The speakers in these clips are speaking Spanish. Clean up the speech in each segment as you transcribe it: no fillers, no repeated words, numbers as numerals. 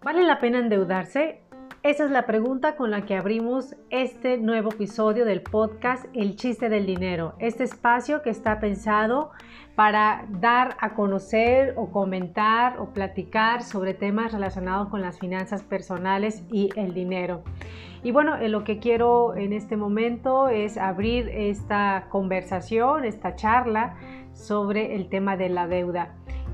¿Vale la pena endeudarse? Esa es la pregunta con la que abrimos este nuevo episodio del podcast El Chiste del Dinero. Este espacio que está pensado para dar a conocer o comentar o platicar sobre temas relacionados con las finanzas personales y el dinero. Y bueno, lo que quiero en este momento es abrir esta conversación, esta charla sobre el tema de la deuda.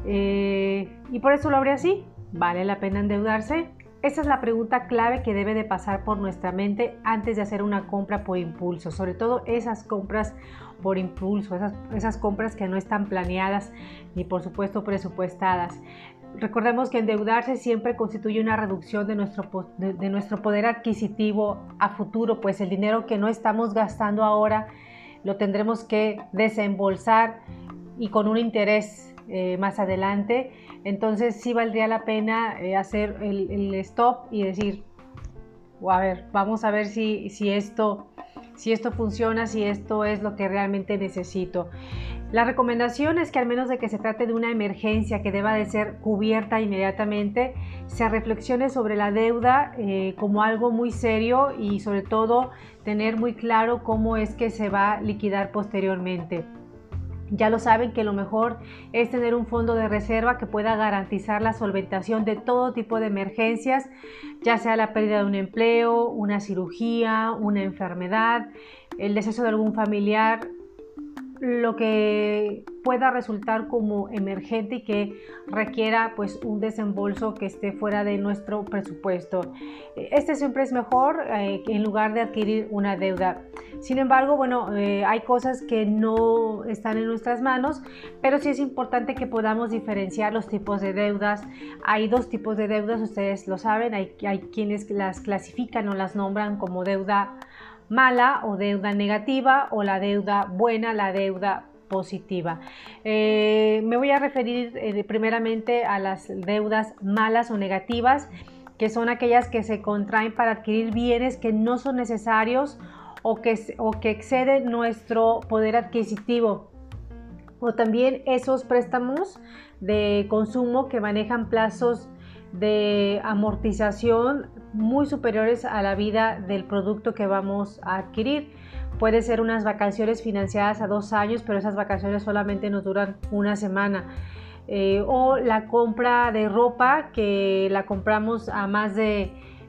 Y por eso lo abrí así. ¿Vale la pena endeudarse? Esa es la pregunta clave que debe de pasar por nuestra mente antes de hacer una compra por impulso, sobre todo esas compras por impulso, esas compras que no están planeadas ni por supuesto presupuestadas. Recordemos que endeudarse siempre constituye una reducción de nuestro poder adquisitivo a futuro, pues el dinero que no estamos gastando ahora lo tendremos que desembolsar y con un interés más adelante. Entonces sí valdría la pena hacer el stop y decir, a ver, vamos a ver si esto funciona, si esto es lo que realmente necesito. La recomendación es que al menos de que se trate de una emergencia que deba de ser cubierta inmediatamente, se reflexione sobre la deuda como algo muy serio y sobre todo tener muy claro cómo es que se va a liquidar posteriormente. Ya lo saben que lo mejor es tener un fondo de reserva que pueda garantizar la solventación de todo tipo de emergencias, ya sea la pérdida de un empleo, una cirugía, una enfermedad, el deceso de algún familiar, lo que pueda resultar como emergente y que requiera pues un desembolso que esté fuera de nuestro presupuesto. Este siempre es mejor en lugar de adquirir una deuda. Sin embargo, bueno, hay cosas que no están en nuestras manos, pero sí es importante que podamos diferenciar los tipos de deudas. Hay dos tipos de deudas, ustedes lo saben, hay quienes las clasifican o las nombran como deuda mala o deuda negativa, o la deuda buena, la deuda positiva. Me voy a referir primeramente a las deudas malas o negativas, que son aquellas que se contraen para adquirir bienes que no son necesarios o que exceden nuestro poder adquisitivo, o también esos préstamos de consumo que manejan plazos de amortización muy superiores a la vida del producto que vamos a adquirir. Puede ser unas vacaciones financiadas a 2 años, pero esas vacaciones solamente nos duran una semana. O la compra de ropa que la compramos a más de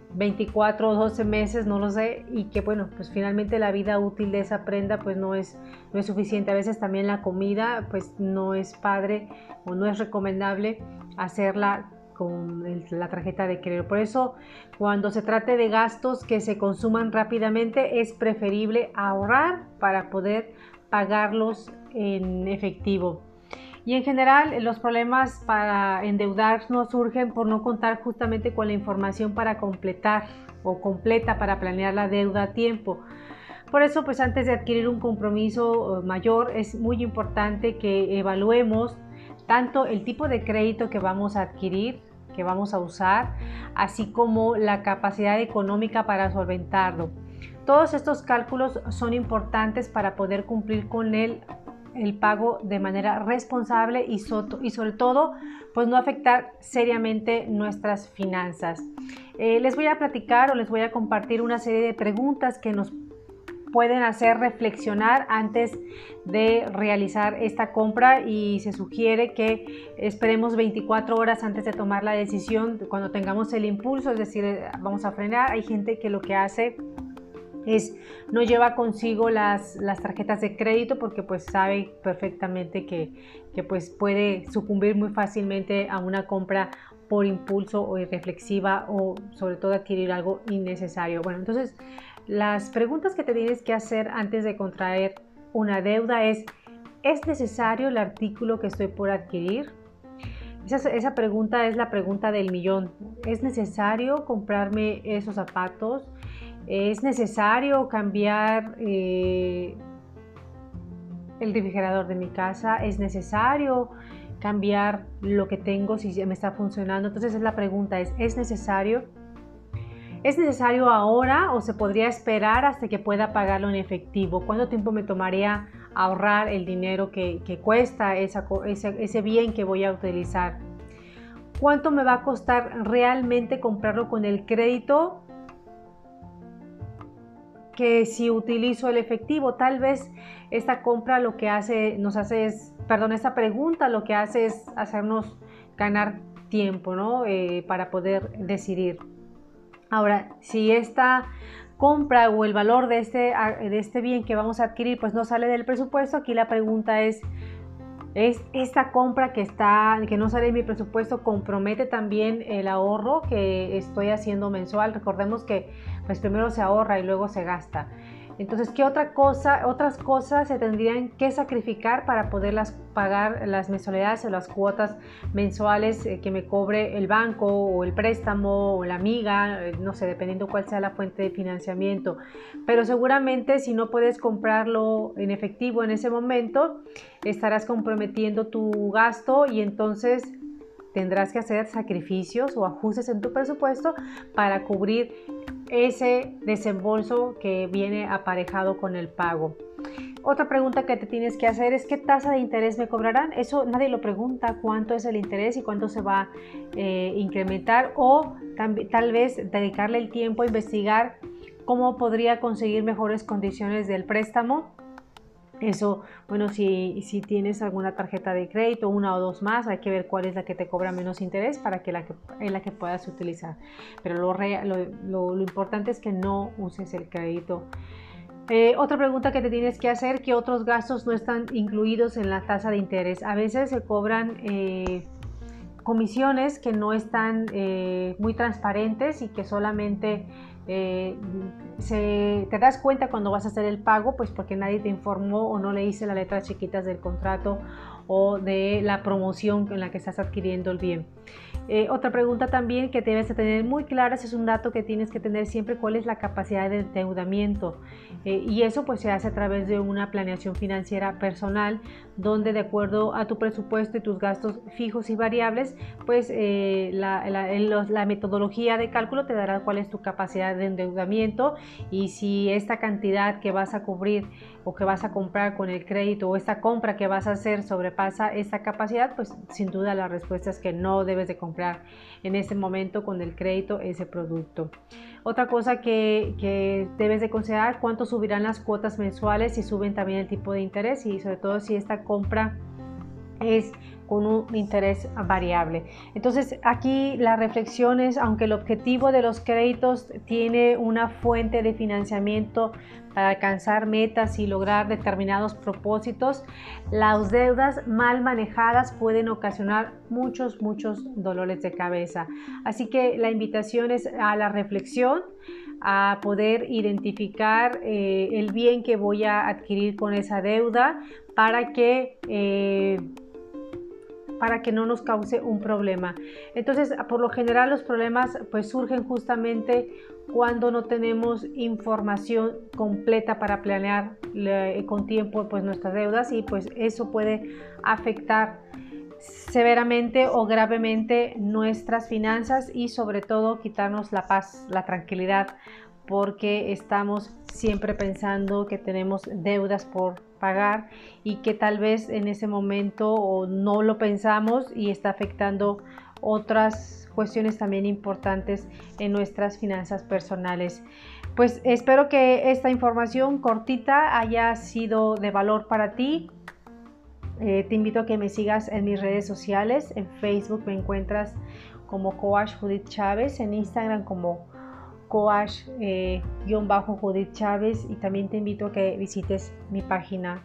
24 o 12 meses, no lo sé, y que bueno, pues finalmente la vida útil de esa prenda pues no es suficiente. A veces también la comida pues no es padre o no es recomendable hacerla con la tarjeta de crédito. Por eso, cuando se trate de gastos que se consuman rápidamente, es preferible ahorrar para poder pagarlos en efectivo. Y en general, los problemas para endeudarnos surgen por no contar justamente con la información para completa para planear la deuda a tiempo. Por eso, pues antes de adquirir un compromiso mayor, es muy importante que evaluemos tanto el tipo de crédito que vamos a adquirir, que vamos a usar, así como la capacidad económica para solventarlo. Todos estos cálculos son importantes para poder cumplir con el pago de manera responsable y sobre todo, pues no afectar seriamente nuestras finanzas. Les voy a platicar o les voy a compartir una serie de preguntas que nos pueden hacer reflexionar antes de realizar esta compra, y se sugiere que esperemos 24 horas antes de tomar la decisión cuando tengamos el impulso, es decir, vamos a frenar. Hay gente que lo que hace es no lleva consigo las tarjetas de crédito porque pues sabe perfectamente que pues puede sucumbir muy fácilmente a una compra por impulso o irreflexiva, o sobre todo adquirir algo innecesario. Bueno, entonces las preguntas que te tienes que hacer antes de contraer una deuda ¿es necesario el artículo que estoy por adquirir? Esa pregunta es la pregunta del millón. ¿Es necesario comprarme esos zapatos? ¿Es necesario cambiar el refrigerador de mi casa? ¿Es necesario cambiar lo que tengo si me está funcionando? Entonces la pregunta ¿es necesario? ¿Es necesario ahora o se podría esperar hasta que pueda pagarlo en efectivo? ¿Cuánto tiempo me tomaría ahorrar el dinero que cuesta ese bien que voy a utilizar? ¿cuánto me va a costar realmente comprarlo con el crédito? Que si utilizo el efectivo, tal vez esta compra lo que esta pregunta lo que hace es hacernos ganar tiempo, ¿no? Para poder decidir. Ahora, si esta compra o el valor de este bien que vamos a adquirir pues no sale del presupuesto, aquí la pregunta es esta compra que no sale de mi presupuesto, compromete también el ahorro que estoy haciendo mensual. Recordemos que pues primero se ahorra y luego se gasta. Entonces, ¿qué otras cosas se tendrían que sacrificar para poderlas pagar las mensualidades o las cuotas mensuales que me cobre el banco o el préstamo o la amiga? No sé, dependiendo cuál sea la fuente de financiamiento. Pero seguramente si no puedes comprarlo en efectivo en ese momento, estarás comprometiendo tu gasto y entonces tendrás que hacer sacrificios o ajustes en tu presupuesto para cubrir ese desembolso que viene aparejado con el pago. Otra pregunta que te tienes que hacer es ¿qué tasa de interés me cobrarán? Eso nadie lo pregunta, cuánto es el interés y cuánto se va a incrementar, o tal vez dedicarle el tiempo a investigar cómo podría conseguir mejores condiciones del préstamo. Eso, bueno, si tienes alguna tarjeta de crédito, una o dos más, hay que ver cuál es la que te cobra menos interés para que la que puedas utilizar. Pero lo importante es que no uses el crédito. Otra pregunta que te tienes que hacer, ¿qué otros gastos no están incluidos en la tasa de interés? A veces se cobran comisiones que no están muy transparentes y que solamente te das cuenta cuando vas a hacer el pago, pues porque nadie te informó o no leíste las letras chiquitas del contrato o de la promoción en la que estás adquiriendo el bien. Otra pregunta también que debes de tener muy clara, es un dato que tienes que tener siempre, cuál es la capacidad de endeudamiento, y eso pues se hace a través de una planeación financiera personal donde de acuerdo a tu presupuesto y tus gastos fijos y variables pues la metodología de cálculo te dará cuál es tu capacidad de endeudamiento, y si esta cantidad que vas a cubrir o que vas a comprar con el crédito o esta compra que vas a hacer sobrepasa esta capacidad, pues sin duda la respuesta es que no debes de comprar en ese momento con el crédito ese producto. Otra cosa que debes de considerar, cuánto subirán las cuotas mensuales, si suben también el tipo de interés y sobre todo si esta compra es con un interés variable. Entonces aquí la reflexión es, aunque el objetivo de los créditos tiene una fuente de financiamiento para alcanzar metas y lograr determinados propósitos, las deudas mal manejadas pueden ocasionar muchos dolores de cabeza. Así que la invitación es a la reflexión, a poder identificar el bien que voy a adquirir con esa deuda para que no nos cause un problema. Entonces, por lo general los problemas pues surgen justamente cuando no tenemos información completa para planear con tiempo pues nuestras deudas, y pues eso puede afectar severamente o gravemente nuestras finanzas y sobre todo quitarnos la paz, la tranquilidad, porque estamos siempre pensando que tenemos deudas por pagar y que tal vez en ese momento o no lo pensamos y está afectando otras cuestiones también importantes en nuestras finanzas personales. Pues espero que esta información cortita haya sido de valor para ti. Te invito a que me sigas en mis redes sociales. En Facebook me encuentras como Coach Judith Chávez, en Instagram como Coach-Judith Chávez, y también te invito a que visites mi página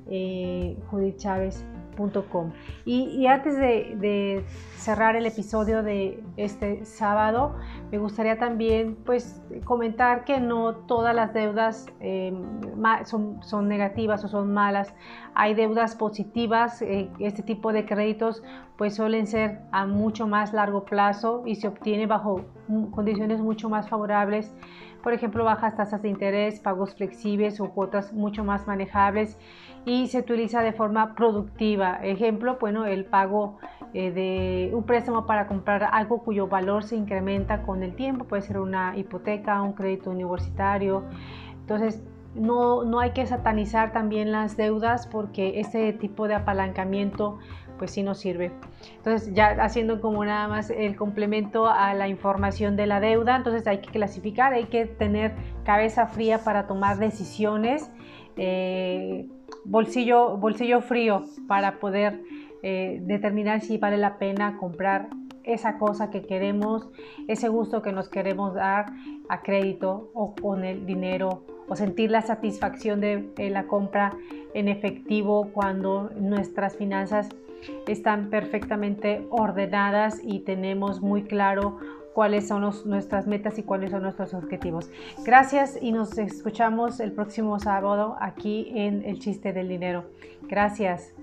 judithchavez.com. Y antes de cerrar el episodio de este sábado, me gustaría también pues comentar que no todas las deudas son negativas o son malas. Hay deudas positivas. Este tipo de créditos pues suelen ser a mucho más largo plazo y se obtiene bajo condiciones mucho más favorables. Por ejemplo, bajas tasas de interés, pagos flexibles o cuotas mucho más manejables, y se utiliza de forma productiva. Ejemplo, bueno, el pago de un préstamo para comprar algo cuyo valor se incrementa con el tiempo, puede ser una hipoteca, un crédito universitario. Entonces, no hay que satanizar también las deudas, porque este tipo de apalancamiento pues sí nos sirve. Entonces, ya haciendo como nada más el complemento a la información de la deuda, entonces hay que clasificar, hay que tener cabeza fría para tomar decisiones, bolsillo frío para poder determinar si vale la pena comprar esa cosa que queremos, ese gusto que nos queremos dar a crédito o con el dinero, o sentir la satisfacción de la compra en efectivo cuando nuestras finanzas están perfectamente ordenadas y tenemos muy claro cuáles son nuestras metas y cuáles son nuestros objetivos. Gracias y nos escuchamos el próximo sábado aquí en El Chiste del Dinero. Gracias.